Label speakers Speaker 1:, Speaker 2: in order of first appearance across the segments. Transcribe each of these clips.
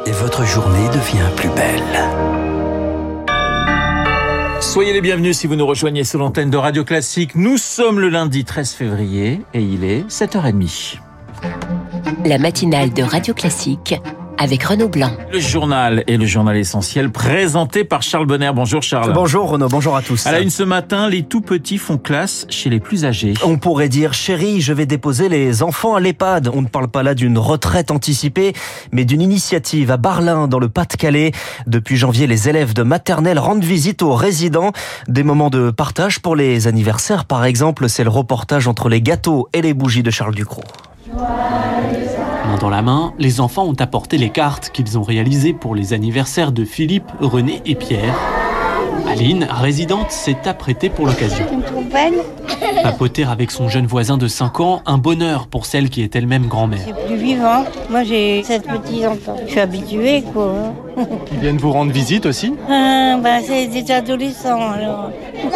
Speaker 1: et votre journée devient plus belle.
Speaker 2: Soyez les bienvenus si vous nous rejoignez sur l'antenne de Radio Classique. Nous sommes le lundi 13 février et il est 7h30.
Speaker 3: La matinale de Radio Classique avec Renaud Blanc.
Speaker 2: Le journal essentiel présenté par Charles Bonner. Bonjour Charles.
Speaker 4: Bonjour Renaud, bonjour à tous.
Speaker 2: À la une ce matin, les tout petits font classe chez les plus âgés.
Speaker 4: On pourrait dire, chérie, je vais déposer les enfants à l'EHPAD. On ne parle pas là d'une retraite anticipée, mais d'une initiative à Barlin, dans le Pas-de-Calais. Depuis janvier, les élèves de maternelle rendent visite aux résidents. Des moments de partage pour les anniversaires, par exemple. C'est le reportage entre les gâteaux et les bougies de Charles Ducrot.
Speaker 5: Main dans la main, les enfants ont apporté les cartes qu'ils ont réalisées pour les anniversaires de Philippe, René et Pierre. Aline, résidente, s'est apprêtée pour l'occasion. Papoter avec son jeune voisin de 5 ans, un bonheur pour celle qui est elle-même grand-mère.
Speaker 6: C'est plus vivant. Moi, j'ai 7 petits-enfants. Je suis habituée, quoi.
Speaker 7: Ils viennent vous rendre visite aussi ?
Speaker 6: C'est des adolescents, alors.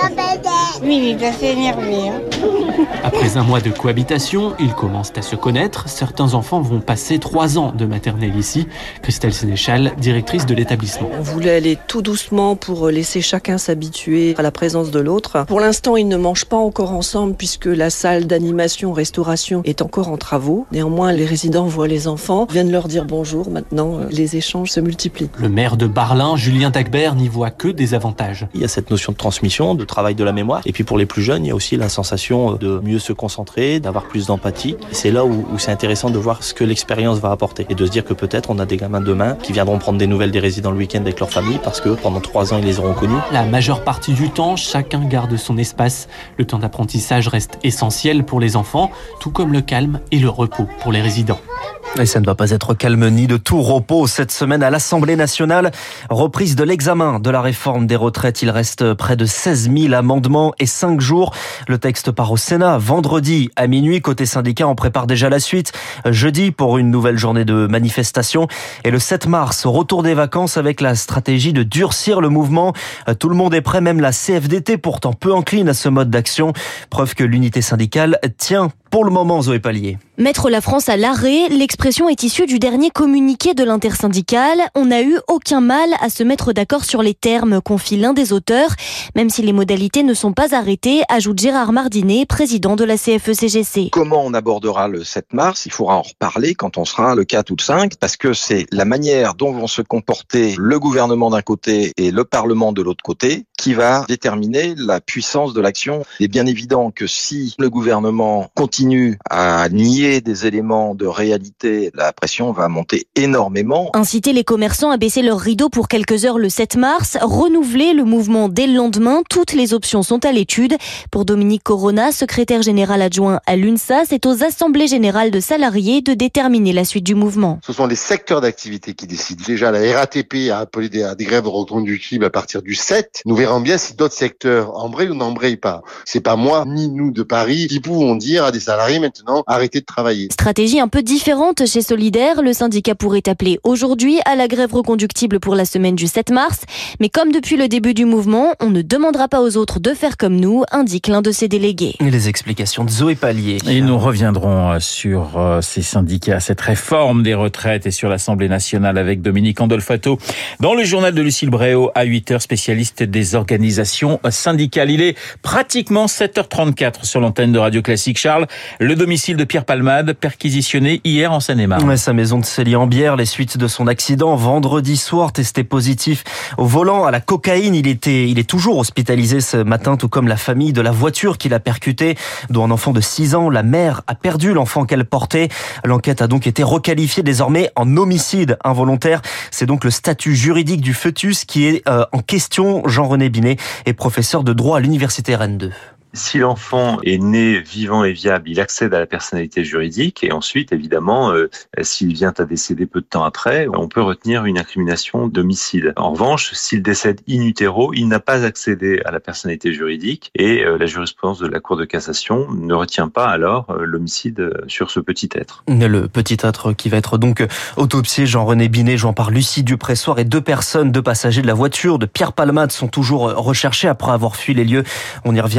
Speaker 6: Oui, il est assez énervé.
Speaker 5: Après un mois de cohabitation, ils commencent à se connaître. Certains enfants vont passer 3 ans de maternelle ici. Christelle Sénéchal, directrice de l'établissement.
Speaker 8: On voulait aller tout doucement pour laisser chacun s'habituer à la présence de l'autre. Pour l'instant, ils ne mangent pas encore ensemble puisque la salle d'animation-restauration est encore en travaux. Néanmoins, les résidents voient les enfants, viennent leur dire bonjour. Maintenant, les échanges se multiplient.
Speaker 5: Le maire de Barlin, Julien Dagbert, n'y voit que des avantages.
Speaker 9: Il y a cette notion de transmission, de travail de la mémoire. Et puis pour les plus jeunes, il y a aussi la sensation de mieux se concentrer, d'avoir plus d'empathie. Et c'est là où c'est intéressant de voir ce que l'expérience va apporter. Et de se dire que peut-être on a des gamins demain qui viendront prendre des nouvelles des résidents le week-end avec leur famille parce que pendant 3 ans, ils les auront connus.
Speaker 5: La majeure partie du temps, chacun garde son espace. Le temps d'apprentissage reste essentiel pour les enfants, tout comme le calme et le repos pour les résidents.
Speaker 4: Et ça ne va pas être calme ni de tout repos cette semaine à l'Assemblée nationale. Reprise de l'examen de la réforme des retraites. Il reste près de 16 000 amendements et 5 jours. Le texte part au Sénat vendredi à minuit. Côté syndicat, on prépare déjà la suite. Jeudi pour une nouvelle journée de manifestation. Et le 7 mars, retour des vacances avec la stratégie de durcir le mouvement. Tout le monde est prêt, même la CFDT, pourtant peu encline à ce mode d'action. Preuve que l'unité syndicale tient pour le moment, Zoé Pallier.
Speaker 10: Mettre la France à l'arrêt, l'expression est issue du dernier communiqué de l'intersyndicale. On n'a eu aucun mal à se mettre d'accord sur les termes, confie l'un des auteurs, même si les modalités ne sont pas arrêtées, ajoute Gérard Mardinet, président de la CFE-CGC.
Speaker 11: Comment on abordera le 7 mars ? Il faudra en reparler quand on sera le 4 ou le 5, parce que c'est la manière dont vont se comporter le gouvernement d'un côté et le Parlement de l'autre côté qui va déterminer la puissance de l'action. Il est bien évident que si le gouvernement continue à nier des éléments de réalité, la pression va monter énormément.
Speaker 10: Inciter les commerçants à baisser leurs rideaux pour quelques heures le 7 mars, renouveler le mouvement dès le lendemain, toutes les options sont à l'étude. Pour Dominique Corona, secrétaire général adjoint à l'UNSA, c'est aux assemblées générales de salariés de déterminer la suite du mouvement.
Speaker 12: Ce sont les secteurs d'activité qui décident. Déjà, la RATP a appelé des grèves reconductibles à partir du 7. Nous verrons bien si d'autres secteurs embrayent ou n'embrayent pas. C'est pas moi, ni nous de Paris, qui pouvons dire à des salariés maintenant arrêtez de travailler.
Speaker 10: Stratégie un peu différente chez Solidaire. Le syndicat pourrait appeler aujourd'hui à la grève reconductible pour la semaine du 7 mars. Mais comme depuis le début du mouvement, on ne demandera pas aux autres de faire comme nous, indique l'un de ses délégués.
Speaker 4: Et les explications de Zoé Pallier.
Speaker 2: Et nous reviendrons sur ces syndicats, cette réforme des retraites et sur l'Assemblée nationale avec Dominique Andolfato. Dans le journal de Lucille Bréau, à 8h, spécialiste des organisations syndicales. Il est pratiquement 7h34 sur l'antenne de Radio Classique. Charles, le domicile de Pierre Palmade, perquisitionné hier en Seine-et-Marne.
Speaker 4: Ouais, sa maison de Célie-en-Bière, les suites de son accident vendredi soir, testé positif au volant à la cocaïne. Il est toujours hospitalisé ce matin, tout comme la famille de la voiture qu'il a percutée, dont un enfant de 6 ans. La mère a perdu l'enfant qu'elle portait. L'enquête a donc été requalifiée désormais en homicide involontaire. C'est donc le statut juridique du fœtus qui est en question. Jean-René Binet est professeur de droit à l'université Rennes 2.
Speaker 13: Si l'enfant est né vivant et viable, il accède à la personnalité juridique et ensuite, évidemment, s'il vient à décéder peu de temps après, on peut retenir une incrimination d'homicide. En revanche, s'il décède in utero, il n'a pas accédé à la personnalité juridique et la jurisprudence de la Cour de cassation ne retient pas alors l'homicide sur ce petit être.
Speaker 4: Le petit être qui va être donc autopsié, Jean-René Binet, joué par Lucie Dupressoir, et 2 passagers de la voiture de Pierre Palmade sont toujours recherchés après avoir fui les lieux. On y revient avec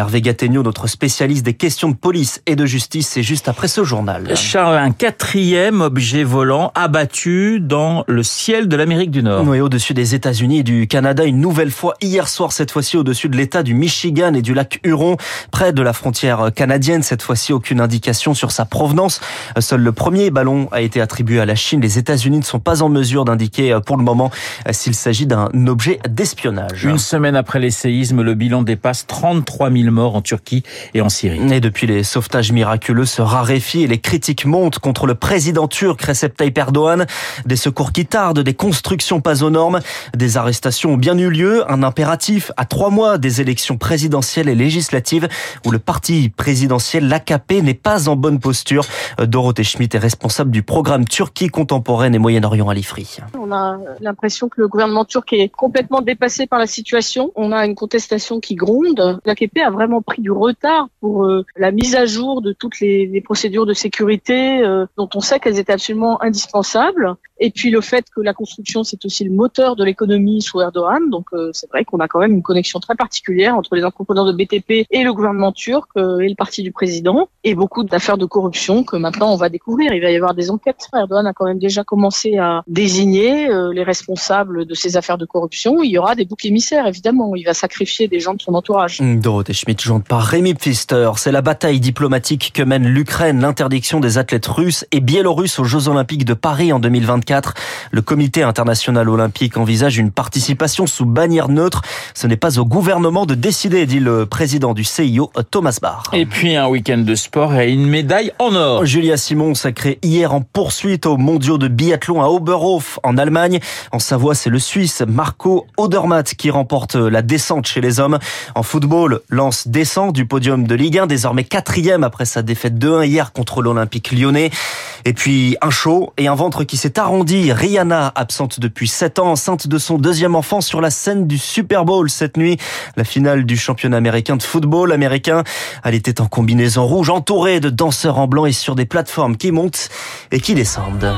Speaker 4: Hervé Gattegno, notre spécialiste des questions de police et de justice, c'est juste après ce journal.
Speaker 2: Charles, un 4e objet volant abattu dans le ciel de l'Amérique du Nord.
Speaker 4: Oui, au-dessus des États-Unis et du Canada, une nouvelle fois hier soir, cette fois-ci au-dessus de l'État du Michigan et du lac Huron, près de la frontière canadienne. Cette fois-ci, aucune indication sur sa provenance. Seul le premier ballon a été attribué à la Chine. Les États-Unis ne sont pas en mesure d'indiquer pour le moment s'il s'agit d'un objet d'espionnage.
Speaker 2: Une semaine après les séismes, le bilan dépasse 33 000 morts en Turquie et en Syrie.
Speaker 4: Et depuis, les sauvetages miraculeux se raréfient et les critiques montent contre le président turc Recep Tayyip Erdogan. Des secours qui tardent, des constructions pas aux normes, des arrestations ont bien eu lieu, un impératif à 3 mois des élections présidentielles et législatives où le parti présidentiel, l'AKP, n'est pas en bonne posture. Dorothée Schmidt est responsable du programme Turquie contemporaine et Moyen-Orient à l'IFRI.
Speaker 14: On a l'impression que le gouvernement turc est complètement dépassé par la situation. On a une contestation qui gronde. L'AKP a vraiment pris du retard pour la mise à jour de toutes les procédures de sécurité dont on sait qu'elles étaient absolument indispensables. Et puis le fait que la construction, c'est aussi le moteur de l'économie sous Erdogan. Donc c'est vrai qu'on a quand même une connexion très particulière entre les entrepreneurs de BTP et le gouvernement turc et le parti du président. Et beaucoup d'affaires de corruption que maintenant on va découvrir. Il va y avoir des enquêtes. Erdogan a quand même déjà commencé à désigner les responsables de ces affaires de corruption. Il y aura des boucs émissaires, évidemment. Il va sacrifier des gens de son entourage.
Speaker 4: Dorothée Schmidt, jointe par Rémi Pfister. C'est la bataille diplomatique que mène l'Ukraine. L'interdiction des athlètes russes et biélorusses aux Jeux Olympiques de Paris en 2024. Le comité international olympique envisage une participation sous bannière neutre. Ce n'est pas au gouvernement de décider, dit le président du CIO, Thomas Bach.
Speaker 2: Et puis un week-end de sport et une médaille en or.
Speaker 4: Julia Simon sacrée hier en poursuite aux mondiaux de biathlon à Oberhof en Allemagne. En Savoie, c'est le Suisse Marco Odermatt qui remporte la descente chez les hommes. En football, Lens descend du podium de Ligue 1, désormais 4e après sa défaite 2-1 hier contre l'Olympique lyonnais. Et puis un chaud et un ventre qui s'est arrondi. Rihanna, absente depuis 7 ans, enceinte de son 2e enfant sur la scène du Super Bowl cette nuit. La finale du championnat américain de football américain. Elle était en combinaison rouge, entourée de danseurs en blanc et sur des plateformes qui montent et qui descendent.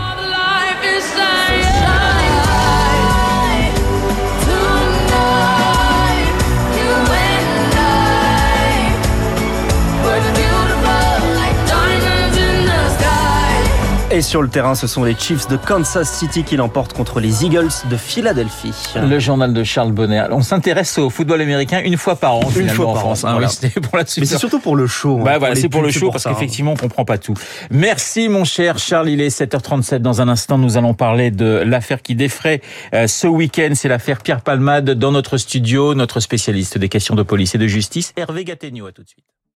Speaker 4: Et sur le terrain, ce sont les Chiefs de Kansas City qui l'emportent contre les Eagles de Philadelphie.
Speaker 2: Le journal de Charles Bonnet. On s'intéresse au football américain une fois par an, finalement, en France.
Speaker 4: Voilà.
Speaker 2: Oui, c'était pour la
Speaker 4: Mais c'est surtout pour le show.
Speaker 2: Voilà, c'est pour le show parce qu'effectivement, on comprend pas tout. Merci, mon cher Charles. Il est 7h37. Dans un instant, nous allons parler de l'affaire qui défraie ce week-end. C'est l'affaire Pierre Palmade dans notre studio. Notre spécialiste des questions de police et de justice, Hervé Gattegno. À tout de suite.